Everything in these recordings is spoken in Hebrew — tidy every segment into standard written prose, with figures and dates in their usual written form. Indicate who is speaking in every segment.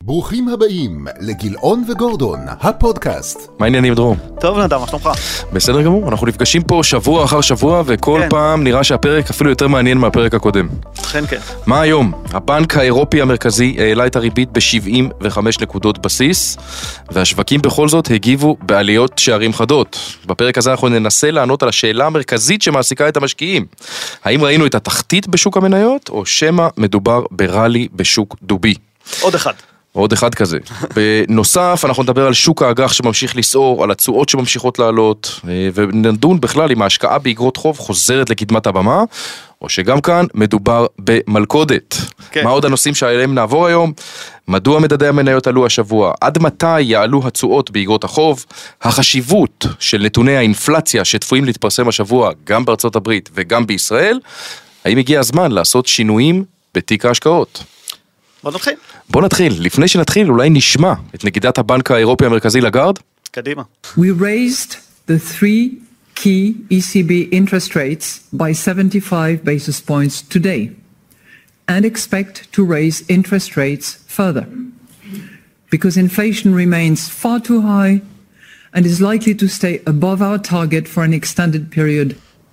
Speaker 1: ברוכים הבאים לגילאון וגורדון, הפודקאסט.
Speaker 2: מה העניינים דרום?
Speaker 3: טוב נדב, מה שלומך?
Speaker 2: בסדר גמור, אנחנו נפגשים פה שבוע אחר שבוע וכל פעם נראה שהפרק אפילו יותר מעניין מהפרק הקודם.
Speaker 3: כן.
Speaker 2: מה היום? הבנק האירופי המרכזי העלה את הריבית ב-75 נקודות בסיס, והשווקים בכל זאת הגיבו בעליות שערים חדות. בפרק הזה אנחנו ננסה לענות על השאלה המרכזית שמעסיקה את המשקיעים. האם ראינו את התחתית בשוק המניות, או שמא מדובר ברלי בשוק דובי? עוד אחד כזה. בנוסף, אנחנו נדבר על שוק האג"ח שממשיך לסעור, על התשואות שממשיכות לעלות, ונדון בכלל אם ההשקעה באגרות חוב חוזרת לקדמת הבמה, או שגם כאן מדובר במלכודת. כן. מה עוד הנושאים שעליהם נעבור היום? מדוע מדדי המניות עלו השבוע? עד מתי יעלו התשואות באגרות החוב? החשיבות של נתוני האינפלציה שצפויים להתפרסם השבוע גם בארצות הברית וגם בישראל? האם הגיע הזמן לעשות שינויים בתיק ההשקעות? בוא נתחיל. לפני שנתחיל, אולי נשמע את נגידת הבנק האירופי המרכזי לגארד.
Speaker 3: קדימה.
Speaker 4: We raised the three key ECB interest rates by 75 basis points today and expect to raise interest rates further because inflation remains far too high and is likely to stay above our target for an extended period.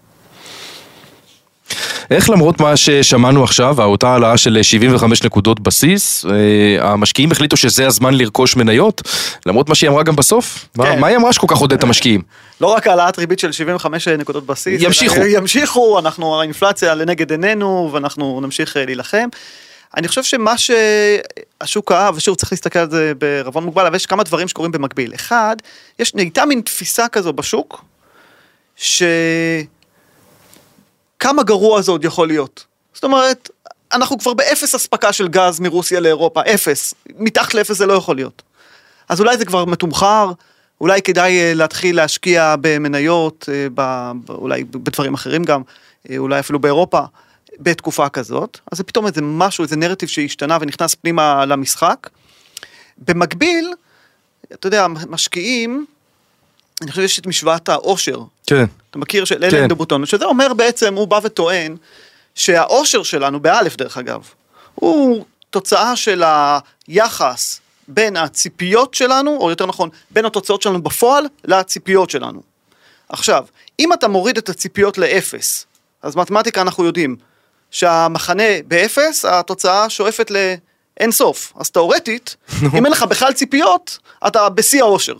Speaker 2: איך למרות מה ששמענו עכשיו, אותה העלאה של 75 נקודות בסיס, המשקיעים החליטו שזה הזמן לרכוש מניות, למרות מה שהיא אמרה גם בסוף? כן. מה היא אמרה שכל כך עודד את המשקיעים?
Speaker 3: לא רק העלאת ריבית של 75 נקודות בסיס, ימשיכו, האינפלציה לנגד עינינו, ואנחנו נמשיך להילחם. אני חושב שמה שהשוק אהב, ושוב צריך להסתכל על זה בערבון מוגבל, אבל יש כמה דברים שקורים במקביל. אחד, נהייתה מין תפיסה כזו בשוק, כמה גרוע זה עוד יכול להיות. זאת אומרת, אנחנו כבר באפס הספקה של גז מרוסיה לאירופה, אפס. מתחת לאפס זה לא יכול להיות. אז אולי זה כבר מתומחר, אולי כדאי להתחיל להשקיע במניות, אולי בדברים אחרים גם, אולי אפילו באירופה, בתקופה כזאת. אז זה פתאום איזה משהו, איזה נרטיב שהשתנה ונכנס פנימה למשחק. במקביל, אתה יודע, משקיעים, אני חושב שיש את משוואת העושר.
Speaker 2: כן.
Speaker 3: אתה מכיר של אלן דבוטון, שזה אומר בעצם, הוא בא וטוען, שהעושר שלנו, באלף דרך אגב, הוא תוצאה של היחס בין הציפיות שלנו, או יותר נכון, בין התוצאות שלנו בפועל, לציפיות שלנו. עכשיו, אם אתה מוריד את הציפיות לאפס, אז מתמטיקה אנחנו יודעים, שהמחנה באפס, התוצאה שואפת לאין סוף. אז תאורטית, אם אין לך בכלל ציפיות, אתה בשיא העושר.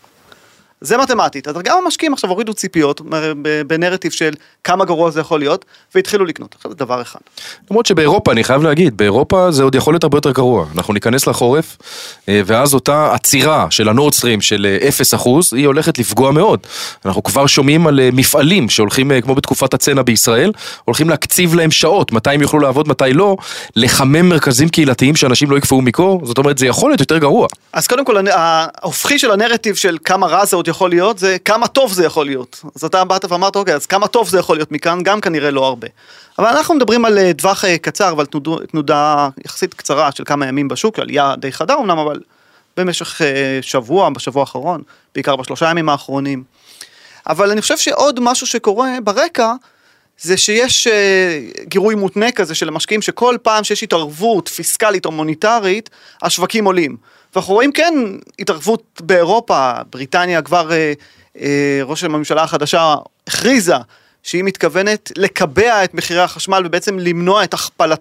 Speaker 3: זה מתמטית. אז גם המשקיעים עכשיו הורידו ציפיות בנרטיב של כמה גרוע זה יכול להיות, והתחילו לקנות. עכשיו זה דבר אחד.
Speaker 2: למרות שבאירופה, אני חייב להגיד, באירופה זה עוד יכול להיות הרבה יותר גרוע. אנחנו ניכנס לחורף, ואז אותה עצירה של הנורדסטרים של 0%, היא הולכת לפגוע מאוד. אנחנו כבר שומעים על מפעלים שהולכים, כמו בתקופת הצנע בישראל, הולכים להקציב להם שעות, מתי הם יוכלו לעבוד, מתי לא, לחמם מרכזים קהילתיים שאנשים לא יקפאו מקור, זאת אומרת, זה יכול להיות יותר גרוע. אז קודם כל,
Speaker 3: ההופכי של הנרטיב של כמה רע זה עוד יכול להיות, זה כמה טוב זה יכול להיות. אז אתה באת ואמרת, אוקיי, אז כמה טוב זה יכול להיות מכאן, גם כנראה לא הרבה. אבל אנחנו מדברים על טווח קצר, ועל תנודה יחסית קצרה של כמה ימים בשוק, עלייה די חדה אמנם, אבל במשך שבוע, בשבוע האחרון, בעיקר בשלושה ימים האחרונים. אבל אני חושב שעוד משהו שקורה ברקע, זה שיש גירוי מותנה כזה של המשקיעים, שכל פעם שיש התערבות פיסקלית או מוניטרית, השווקים עולים. ואנחנו רואים כן התערבות באירופה, בריטניה כבר ראש הממשלה החדשה הכריזה שהיא מתכוונת לקבע את מחירי החשמל ובעצם למנוע את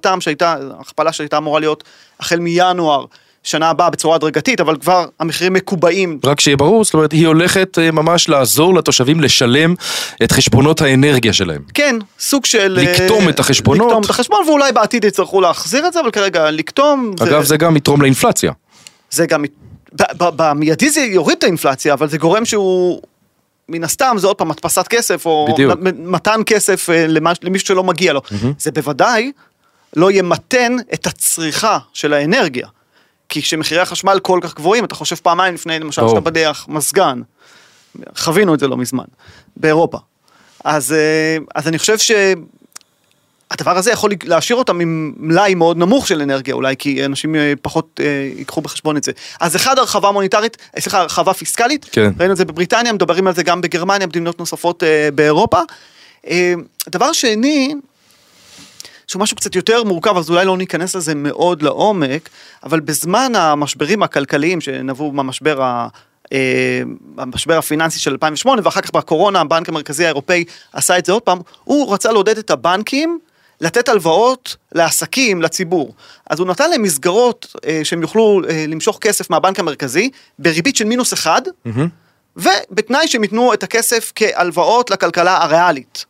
Speaker 3: הכפלה שהייתה אמורה להיות החל מינואר שנה הבאה בצורה הדרגתית, אבל כבר המחירים מקובעים.
Speaker 2: רק שיהיה ברור, זאת אומרת, היא הולכת ממש לעזור לתושבים לשלם את חשבונות האנרגיה שלהם.
Speaker 3: כן, סוג של
Speaker 2: לקטום את החשבונות.
Speaker 3: לקטום את החשבון, ואולי בעתיד יצטרכו להחזיר את זה, אבל כרגע לקטום.
Speaker 2: אגב, זה גם יתרום לאינפלציה.
Speaker 3: זה גם, במיידי זה יוריד את האינפלציה, אבל זה גורם שהוא, מן הסתם, זה עוד פעם מדפסת כסף, או מתן כסף למישהו שלא מגיע לו. זה בוודאי לא ימתן את הצריכה של האנרגיה. כי כשמחירי החשמל כל כך גבוהים, אתה חושב פעמיים לפני, למשל, שאתה בדרך מזגן. חווינו את זה לא מזמן, באירופה. אז אני חושב הדבר הזה יכול להשאיר אותם עם מלאי מאוד נמוך של אנרגיה, אולי כי אנשים פחות ייקחו בחשבון את זה. אז אחד, הרחבה מוניטרית, הרחבה פיסקלית, כן. ראינו את זה בבריטניה, מדברים על זה גם בגרמניה, במדינות נוספות באירופה. דבר שני, שהוא משהו קצת יותר מורכב, אז אולי לא ניכנס לזה מאוד לעומק, אבל בזמן המשברים הכלכליים שנבעו מהמשבר הפיננסי של 2008, ואחר כך בקורונה, הבנק המרכזי האירופאי עשה את זה עוד פעם, הוא רצה לעודד את הבנקים, לתת הלוואות לעסקים, לציבור. אז הוא נתן להם מסגרות שהם יוכלו למשוך כסף מהבנק המרכזי, בריבית של -1, ובתנאי שהם ייתנו את הכסף כהלוואות לכלכלה הריאלית.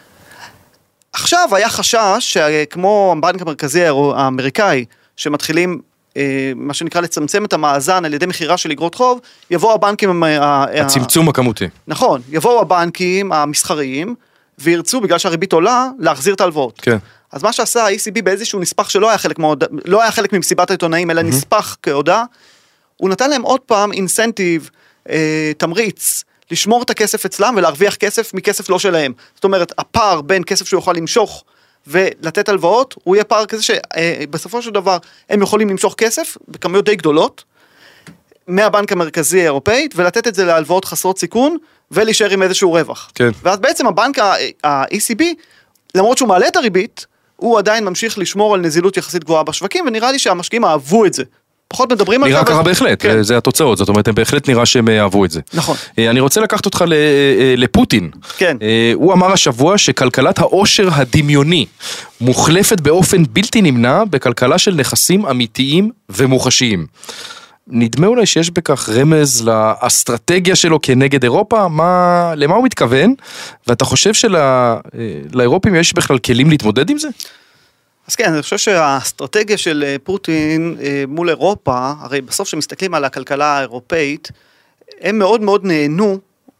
Speaker 3: עכשיו היה חשש שכמו הבנק המרכזי האמריקאי, שמתחילים מה שנקרא לצמצם את המאזן על ידי מחירה של אגרות חוב, יבואו הבנקים...
Speaker 2: הצמצום הכמותי.
Speaker 3: נכון, יבואו הבנקים המסחריים, וירצו בגלל שהריבית עולה, להחזיר את ההלוואות.
Speaker 2: כן.
Speaker 3: אז מה שעשה ה-ECB באיזשהו נספח שלא היה חלק ממסיבת העיתונאים, אלא נספח כהודעה, הוא נתן להם עוד פעם אינסנטיב, תמריץ, לשמור את הכסף אצלם ולהרוויח כסף מכסף לא שלהם. זאת אומרת, הפער בין כסף שהוא יוכל למשוך ולתת הלוואות, הוא יהיה פער כזה שבסופו של דבר הם יכולים למשוך כסף בכמויות די גדולות, מהבנק המרכזי האירופאי, ולתת את זה להלוואות חסרות סיכון, ולהישאר עם איזשהו רווח.
Speaker 2: כן.
Speaker 3: ואז בעצם הבנק ה-ECB, למרות שהוא מעלה את הריבית, הוא עדיין ממשיך לשמור על נזילות יחסית גבוהה בשווקים, ונראה לי שהמשקיעים אהבו את זה. פחות מדברים על זה.
Speaker 2: נראה ככה בהחלט, כן. זה התוצאות, זאת אומרת, הם בהחלט נראה שהם אהבו את זה.
Speaker 3: נכון.
Speaker 2: אני רוצה לקחת אותך לפוטין.
Speaker 3: כן.
Speaker 2: הוא אמר השבוע שכלכלת העושר הדמיוני מוחלפת באופן בלתי נמנע בכלכלה של נכסים אמיתיים ומוחשיים. נדמה אולי שיש בכך רמז לאסטרטגיה שלו כנגד אירופה, למה הוא מתכוון? ואתה חושב שלאירופים יש בכלל כלים להתמודד עם זה?
Speaker 3: אז כן, אני חושב שהאסטרטגיה של פוטין מול אירופה, הרי בסוף שמסתכלים על הכלכלה האירופאית, הם מאוד מאוד נהנו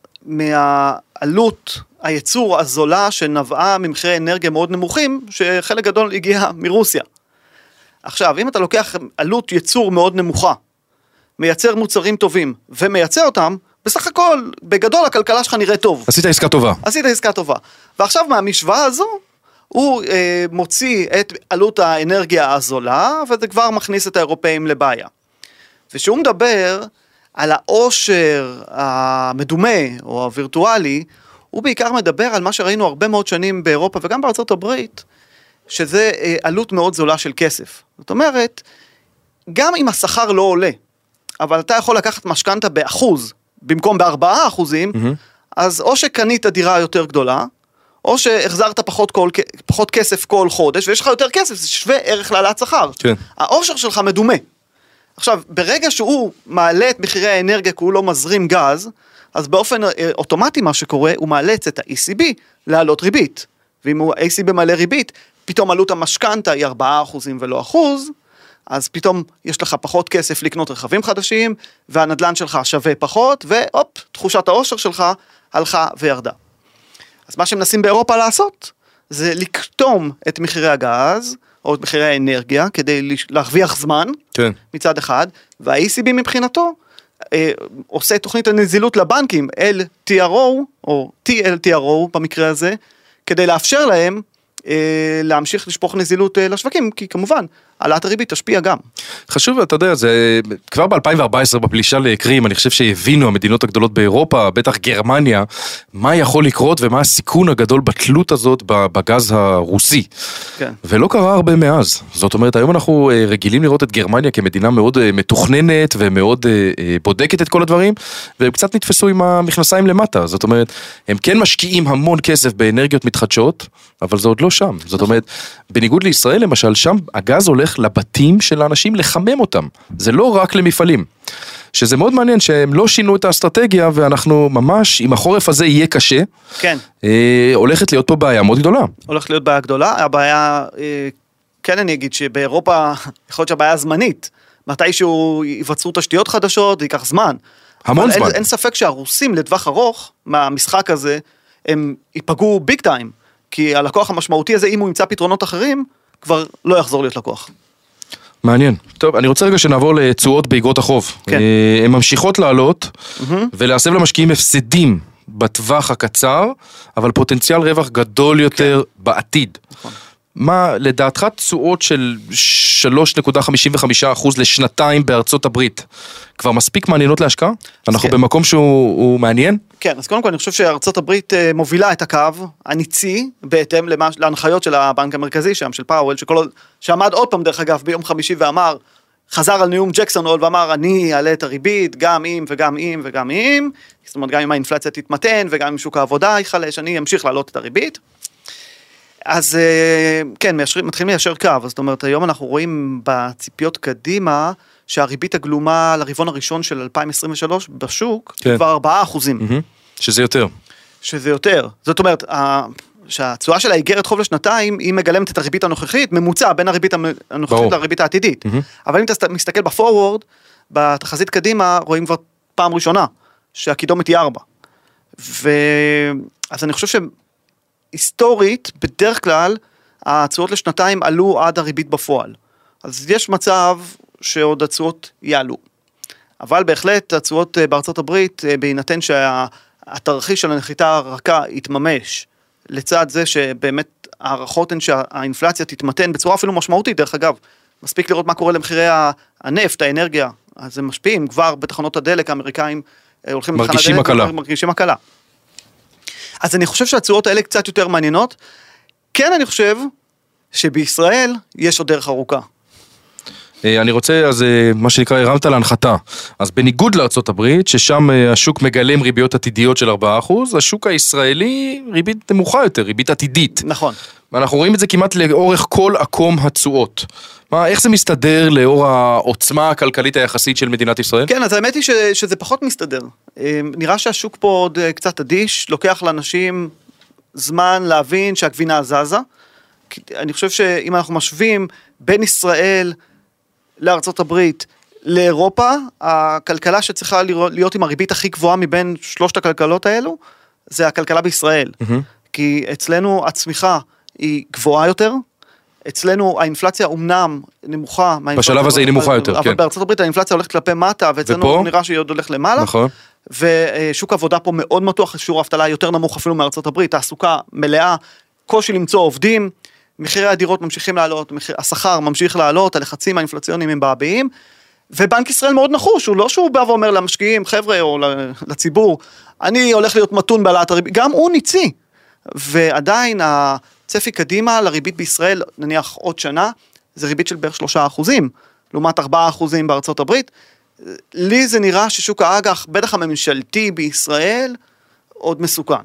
Speaker 3: מהעלות הייצור הזולה שנבעה ממחירי אנרגיה מאוד נמוכים, שחלק גדול הגיע מרוסיה. עכשיו, אם אתה לוקח עלות ייצור מאוד נמוכה, מייצר מוצרים טובים ומייצר אותם, בסך הכל, בגדול הכלכלה שלך נראה טוב.
Speaker 2: עשית עסקה טובה.
Speaker 3: עשית עסקה טובה. ועכשיו מהמשוואה הזו, הוא מוציא את עלות האנרגיה הזולה, וזה כבר מכניס את האירופאים לבעיה. ושהוא מדבר על העושר המדומה או הווירטואלי, הוא בעיקר מדבר על מה שראינו הרבה מאוד שנים באירופה וגם בארצות הברית, שזה עלות מאוד זולה של כסף. זאת אומרת, גם אם השכר לא עולה, אבל אתה יכול לקחת משכנתה באחוז, במקום ב4%, אז או שקנית דירה יותר גדולה, או שהחזרת פחות כסף כל חודש, ויש לך יותר כסף, זה שווה ערך להעלאת שכר.
Speaker 2: כן.
Speaker 3: העושר שלך מדומה. עכשיו, ברגע שהוא מעלה את מחירי האנרגיה, כי הוא לא מזרים גז, אז באופן אוטומטי מה שקורה, הוא מאלץ את ה-ECB להעלות ריבית. ואם ה-ECB מעלה ריבית, פתאום עלות המשכנתה היא 4% ולא 1%, אז פתאום יש לך פחות כסף לקנות רכבים חדשים, והנדלן שלך שווה פחות, והופ, תחושת העושר שלך הלכה וירדה. אז מה שמנסים באירופה לעשות, זה לקטום את מחירי הגז, או את מחירי האנרגיה, כדי להרוויח זמן,
Speaker 2: כן.
Speaker 3: מצד אחד, וה-ECB מבחינתו, עושה תוכנית הנזילות לבנקים, LTRO, או TLTRO במקרה הזה, כדי לאפשר להם להמשיך לשפוך נזילות לשווקים, כי כמובן, העלאת הריבית תשפיע גם.
Speaker 2: חשוב, אתה יודע, זה כבר ב-2014 בפלישה לקרים, אני חושב שהבינו המדינות הגדולות באירופה, בטח גרמניה, מה יכול לקרות ומה הסיכון הגדול בתלות הזאת בגז הרוסי.
Speaker 3: כן.
Speaker 2: ולא קרה הרבה מאז. זאת אומרת, היום אנחנו רגילים לראות את גרמניה כמדינה מאוד מתוכננת ומאוד בודקת את כל הדברים, והם קצת נתפסו עם המכנסיים למטה. זאת אומרת, הם כן משקיעים המון כסף באנרגיות מתחדשות, אבל זה עוד לא שם. זאת אומרת, בניגוד לישראל, למשל, שם הגז הולך לבתים של האנשים לחמם אותם. זה לא רק למפעלים. שזה מאוד מעניין שהם לא שינו את האסטרטגיה, ואנחנו ממש, אם החורף הזה יהיה קשה,
Speaker 3: כן.
Speaker 2: הולכת להיות פה בעיה מאוד גדולה.
Speaker 3: הולכת להיות בעיה גדולה, הבעיה, כן אני אגיד שבאירופה, יכול להיות שהבעיה זמנית, מתישהו ייווצרו תשתיות חדשות, זה ייקח זמן.
Speaker 2: המון זמן.
Speaker 3: אין ספק שהרוסים לטווח ארוך, מהמשחק הזה, הם ייפגעו ביג טיים, כי הלקוח המשמעותי הזה, אם הוא ימצא פתרונות אחרים, כבר לא יחזור להיות לקוח.
Speaker 2: מעניין. טוב, אני רוצה רגע שנעבור לתשואות באגרות החוב.
Speaker 3: כן.
Speaker 2: הן ממשיכות לעלות, ולהסב למשקיעים הפסדים בטווח הקצר, אבל פוטנציאל רווח גדול יותר בעתיד.
Speaker 3: נכון.
Speaker 2: מה לדעתך תשואות של 3.55% לשנתיים בארצות הברית, כבר מספיק מעניינות להשקעה? אנחנו במקום שהוא מעניין?
Speaker 3: כן, אז קודם כל אני חושב שארצות הברית מובילה את הקו הניצי, בהתאם להנחיות של הבנק המרכזי שם, של פאוול, שעמד עוד פעם דרך אגב ביום חמישי ואמר, חזר על נאום ג'קסון הול ואמר, אני אעלה את הריבית, גם אם וגם אם וגם אם, זאת אומרת, גם אם האינפלציה תתמתן, וגם אם שוק העבודה ייחלש, אני אמשיך לעלות את הריבית. אז כן, מתחילים ליישר קו, זאת אומרת, היום אנחנו רואים בציפיות קדימה, שהריבית הגלומה לרבעון הראשון של 2023 בשוק,
Speaker 2: כן.
Speaker 3: כבר 4%.
Speaker 2: שזה יותר.
Speaker 3: שזה יותר. זאת אומרת, שהתשואה של האיגרת חוב לשנתיים, היא מגלמת את הריבית הנוכחית, ממוצע בין הריבית הנוכחית לריבית העתידית. אבל אם אתה מסתכל בפורוורד, בתחזית קדימה, רואים כבר פעם ראשונה, שהקידומת היא 4. אז אני חושב שהיסטורית, בדרך כלל, התשואות לשנתיים עלו עד הריבית בפועל. אז יש מצב שעוד התשואות יעלו. אבל בהחלט התשואות בארצות הברית, בהינתן שהתרחיש של הנחיתה הרכה יתממש, לצד זה שבאמת הערכות הן שהאינפלציה תתמתן בצורה אפילו משמעותית, דרך אגב, מספיק לראות מה קורה למחירי הנפט, האנרגיה, אז הם משפיעים, כבר בתחנות הדלק האמריקאים הולכים מרגישים הקלה. אז אני חושב שהתשואות האלה קצת יותר מעניינות, כן אני חושב שבישראל יש עוד דרך ארוכה.
Speaker 2: אני רוצה, אז מה שנקרא, הרמת להנחתה. אז בניגוד לארצות הברית, ששם השוק מגלם ריביות עתידיות של 4%, השוק הישראלי ריבית נמוכה יותר, ריבית עתידית.
Speaker 3: נכון.
Speaker 2: ואנחנו רואים את זה כמעט לאורך כל עקום התשואות. איך זה מסתדר לאור העוצמה הכלכלית היחסית של מדינת ישראל?
Speaker 3: כן, אז האמת היא שזה פחות מסתדר. נראה שהשוק פה עוד קצת אדיש, לוקח לאנשים זמן להבין שהגבינה זזה. אני חושב שאם אנחנו משווים בין ישראל לארצות הברית, לאירופה, הכלכלה שצריכה להיות עם הריבית הכי גבוהה מבין שלושת הכלכלות האלו, זה הכלכלה בישראל. כי אצלנו הצמיחה היא גבוהה יותר, אצלנו האינפלציה אומנם נמוכה.
Speaker 2: בשלב הזה היא נמוכה יותר, כן.
Speaker 3: אבל בארצות הברית האינפלציה הולכת כלפי מטה, ואצלנו נראה שהיא עוד הולך למעלה.
Speaker 2: נכון.
Speaker 3: ושוק עבודה פה מאוד מתוח, שיעור האבטלה יותר נמוך אפילו מארצות הברית, תעסוקה מלאה, קושי למצוא עובדים, מחירי הדירות ממשיכים לעלות, השכר ממשיך לעלות, הלחצים האינפלציוניים הם בעביים, ובנק ישראל מאוד נחוש, הוא לא שהוא בא ואומר למשקיעים, חבר'ה או לציבור, אני הולך להיות מתון בעלת הריבית, גם הוא ניצי, ועדיין הצפי קדימה לריבית בישראל, נניח עוד שנה, זה ריבית של בערך 3%, לעומת 4% בארצות הברית, לי זה נראה ששוק האג"ח, בטח הממשלתי בישראל, עוד מסוכן.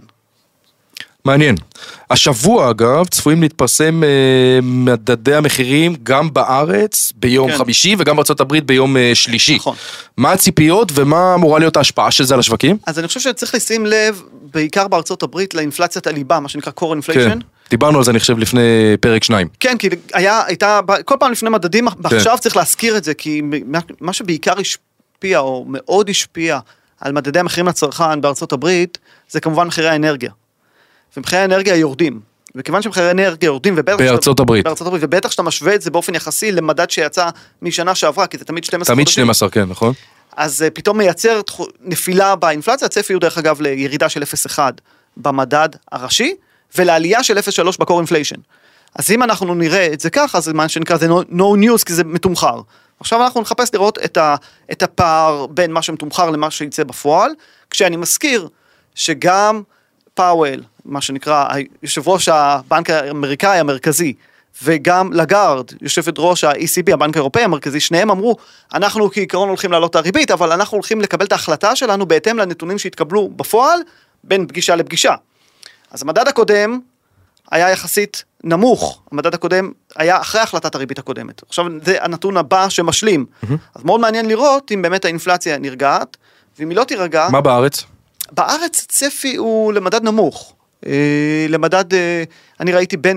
Speaker 2: מעניין. השבוע אגב צפויים להתפרסם מדדי המחירים גם בארץ ביום חמישי וגם בארצות הברית ביום שלישי.
Speaker 3: נכון.
Speaker 2: מה הציפיות ומה אמורה להיות ההשפעה של זה על השווקים?
Speaker 3: אז אני חושב שצריך לשים לב בעיקר בארצות הברית לאינפלציית הליבה, מה שנקרא core inflation.
Speaker 2: כן. דיברנו על זה אני חושב לפני פרק 2.
Speaker 3: כן, כי הייתה כל פעם לפני מדדים, עכשיו צריך להזכיר את זה, כי מה שבעיקר השפיע או מאוד השפיע על מדדי המחירים לצרכן בארצות הברית, זה כמובן מחירי האנרגיה. ומחירי האנרגיה יורדים, וכיוון שמחירי האנרגיה יורדים,
Speaker 2: בארצות הברית,
Speaker 3: ובטח שאתה משווה את זה באופן יחסי למדד שיצא משנה שעברה, כי זה תמיד 12
Speaker 2: תמיד 12, כן, נכון?
Speaker 3: אז פתאום מייצר נפילה באינפלציה, הצפי הוא דרך אגב לירידה של 0.1 במדד הראשי, ולעלייה של 0.3 בקור אינפליישן. אז אם אנחנו נראה את זה כך, אז מה שנקרא זה no news, כי זה מתומחר. עכשיו אנחנו נחפש לראות את הפער בין מה שמתומחר למה שיצא בפועל, כשאני מזכיר שגם פאוול, מה שנקרא, יושב ראש הבנק האמריקאי המרכזי, וגם לגארד, יושבת ראש ה-ECB, הבנק האירופאי המרכזי, שניהם אמרו, אנחנו כעיקרון הולכים לעלות את הריבית, אבל אנחנו הולכים לקבל את ההחלטה שלנו, בהתאם לנתונים שהתקבלו בפועל, בין פגישה לפגישה. אז המדד הקודם היה יחסית נמוך, המדד הקודם היה אחרי החלטת הריבית הקודמת. עכשיו זה הנתון הבא שמשלים. אז מאוד מעניין לראות אם באמת האינפלציה נרגעת, ואם היא לא תירגע...
Speaker 2: מה בארץ?
Speaker 3: בארץ צפי הוא למדד נמוך. למדד, אני ראיתי בין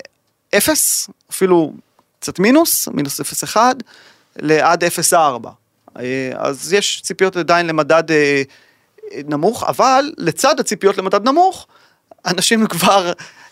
Speaker 3: 0, אפילו קצת מינוס 0.1, לעד 0.4. אז יש ציפיות עדיין למדד נמוך, אבל לצד הציפיות למדד נמוך, אנשים כבר,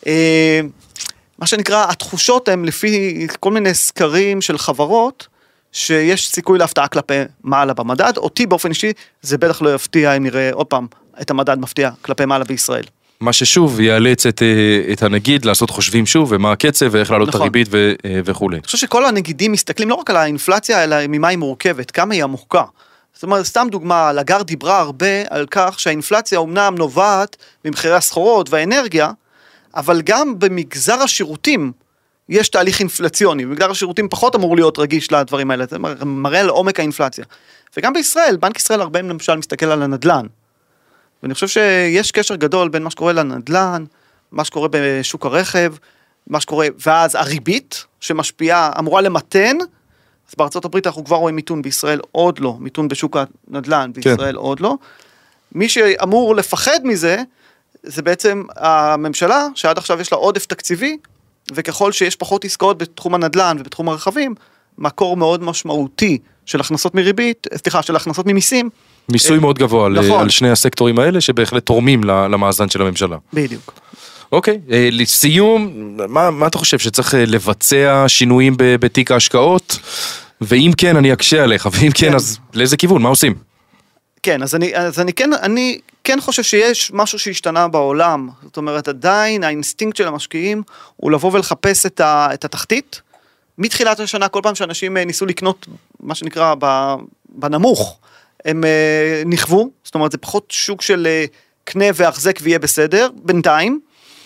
Speaker 3: מה שנקרא, התחושות הן לפי כל מיני סקרים של חברות, שיש סיכוי להפתעה כלפי מעלה במדד, אותי באופן אישי, זה בטח לא יפתיע אם נראה עוד פעם את המדד מפתיע כלפי מעלה בישראל.
Speaker 2: מה ששוב יאלץ את הנגיד לעשות חושבים שוב, ומה הקצב, ואיך לעלות את הריבית וכו'.
Speaker 3: אני חושב שכל הנגידים מסתכלים לא רק על האינפלציה, אלא ממה היא מורכבת, כמה היא עמוקה. זאת אומרת, סתם דוגמה, לגר דיברה הרבה על כך שהאינפלציה אומנם נובעת ממחירי הסחורות והאנרגיה, אבל גם במגזר השירותים יש תהליך אינפלציוני, במגזר השירותים פחות אמור להיות רגיש לדברים האלה, זה מראה על עומק האינפלציה. וגם בישראל, בנק ישראל הרבה למשל מסתכל על הנדלן, ואני חושב שיש קשר גדול בין מה שקורה לנדלן, מה שקורה בשוק הרכב, מה שקורה, ואז הריבית שמשפיעה, אמורה למתן, אז בארצות הברית אנחנו כבר רואים מיתון, בישראל עוד לא, מיתון בשוק הנדלן, בישראל עוד לא. מי שאמור לפחד מזה, זה בעצם הממשלה, שעד עכשיו יש לה עודף תקציבי, וככל שיש פחות עסקאות בתחום הנדלן ובתחום הרכבים, מקור מאוד משמעותי של הכנסות מריבית, סליחה, של הכנסות ממיסים.
Speaker 2: מיסוי מאוד גבוה על שני הסקטורים האלה, שבהחלט תורמים למאזן של הממשלה.
Speaker 3: בדיוק.
Speaker 2: אוקיי, לסיום, מה אתה חושב שצריך לבצע שינויים בתיק ההשקעות? ואם כן, אני אקשה עליך, ואם כן, אז לאיזה כיוון, מה עושים?
Speaker 3: כן, אז אני כן חושב שיש משהו שהשתנה בעולם, זאת אומרת, עדיין האינסטינקט של המשקיעים הוא לבוא ולחפש את התחתית. מתחילת השנה, כל פעם שאנשים ניסו לקנות, מה שנקרא, בנמוך, הם נכוו, זאת אומרת, זה פחות שוק של קנה והחזק ויהיה בסדר, בינתיים.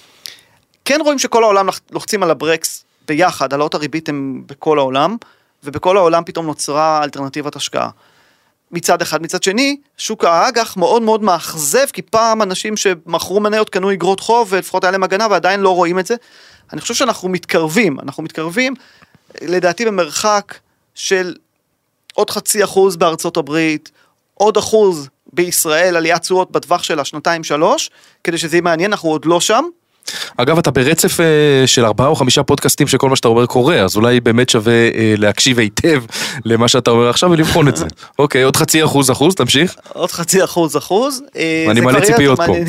Speaker 3: כן רואים שכל העולם לוחצים על הברקס ביחד, העלאות הריבית הם בכל העולם, ובכל העולם פתאום נוצרה אלטרנטיבת השקעה. מצד אחד, מצד שני, שוק האג"ח מאוד מאוד מאכזב, כי פעם אנשים שמכרו מניות קנו אגרות חוב, ולפחות היה להם הגנה, ועדיין לא רואים את זה. אני חושב שאנחנו מתקרבים, לדעתי במרחק של עוד 0.5% בארצות הברית, עוד 1% בישראל, עליית תשואות בטווח של 2-3, כדי שזה יהיה מעניין, אנחנו עוד לא שם.
Speaker 2: אגב, אתה ברצף של 4 או 5 פודקאסטים שכל מה שאתה אומר קורה, אז אולי באמת שווה להקשיב היטב למה שאתה אומר עכשיו ולבחון את זה. אוקיי, עוד 0.5%, תמשיך.
Speaker 3: עוד 0.5%.
Speaker 2: אני מלא ציפיות פה.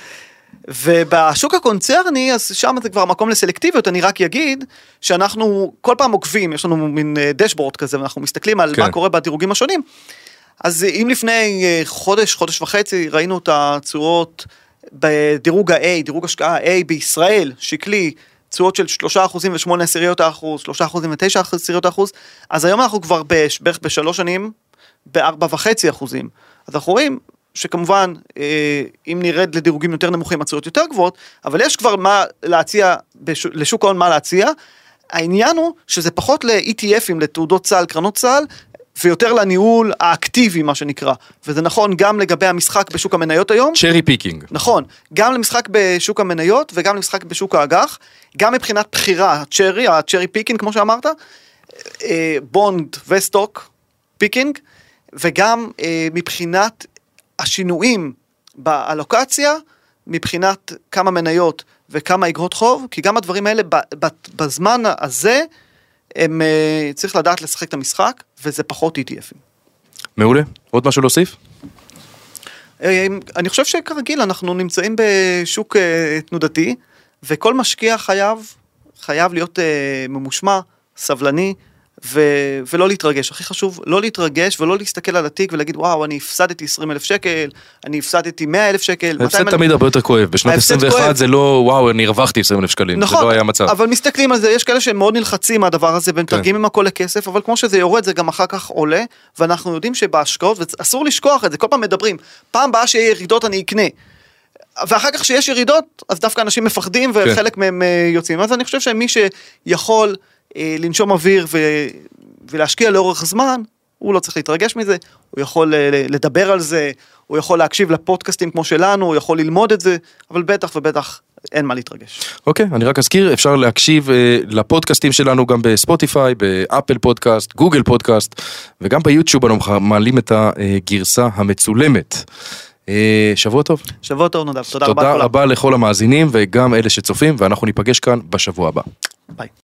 Speaker 3: ובשוק הקונצרני, אז שם זה כבר מקום לסלקטיביות, אני רק אגיד שאנחנו כל פעם עוקבים, יש לנו מין דשבורד כזה, ואנחנו מסתכלים על מה קורה בדירוגים השונים, אז אם לפני חודש וחצי, ראינו את התשואות בדירוג ה-A, דירוג השקעה A בישראל, שקלי, תשואות של 3.8%, 3.9%, אז היום אנחנו כבר בערך ב3 שנים, ב4.5%. אז אנחנו רואים שכמובן, אם נרד לדירוגים יותר נמוכים, התשואות יותר גבוהות, אבל יש כבר מה להציע, לשוק ההון מה להציע, העניין הוא שזה פחות ל-ETFים, לתעודות צהל, קרנות צהל, ויותר לניהול האקטיבי, מה שנקרא. וזה נכון גם לגבי המשחק בשוק המניות היום.
Speaker 2: צ'רי פיקינג.
Speaker 3: נכון. גם למשחק בשוק המניות, וגם למשחק בשוק האג"ח, גם מבחינת בחירה, הצ'רי פיקינג, כמו שאמרת, בונד וסטוק פיקינג, וגם מבחינת השינויים באלוקציה, מבחינת כמה מניות וכמה אגרות חוב, כי גם הדברים האלה בזמן הזה, הם צריך לדעת לשחק את המשחק, וזה פחות ETFים.
Speaker 2: מעולה. עוד משהו להוסיף?
Speaker 3: אני חושב שכרגיל אנחנו נמצאים בשוק תנודתי, וכל משקיע חייב להיות ממושמע, סבלני, ולא להתרגש. הכי חשוב, לא להתרגש ולא להסתכל על התיק ולהגיד, וואו, אני הפסדתי 20,000 שקל, אני הפסדתי 100,000 שקל.
Speaker 2: ההפסד תמיד הרבה יותר כואב. בשנת 21 זה לא, וואו, אני הרווחתי 20,000 שקלים.
Speaker 3: נכון,
Speaker 2: זה לא היה מצב.
Speaker 3: אבל מסתכלים על זה, יש כאלה שהם מאוד נלחצים מהדבר הזה, והם תרגים עם הכל לכסף, אבל כמו שזה יורד, זה גם אחר כך עולה, ואנחנו יודעים שבהשקעות, ואסור לשכוח את זה, כל פעם מדברים, פעם באה שיהיה ירידות אני אקנה. ואחר כך שיש ירידות, אז דווקא אנשים מפחדים, וחלק מהם יוצאים. אז אני חושב שמי שיכול לנשום אוויר ולהשקיע לאורך זמן, הוא לא צריך להתרגש מזה, הוא יכול לדבר על זה, הוא יכול להקשיב לפודקאסטים כמו שלנו, הוא יכול ללמוד את זה, אבל בטח ובטח אין מה להתרגש.
Speaker 2: אוקיי, אני רק אזכיר, אפשר להקשיב לפודקאסטים שלנו גם בספוטיפיי, באפל פודקאסט, גוגל פודקאסט, וגם ביוטיוב אנחנו מעלים את הגרסה המצולמת. שבוע טוב.
Speaker 3: שבוע טוב נדב, תודה רבה.
Speaker 2: תודה רבה לכל המאזינים וגם אלה שצופים, ואנחנו ניפגש כאן בשבוע הבא.
Speaker 3: ביי.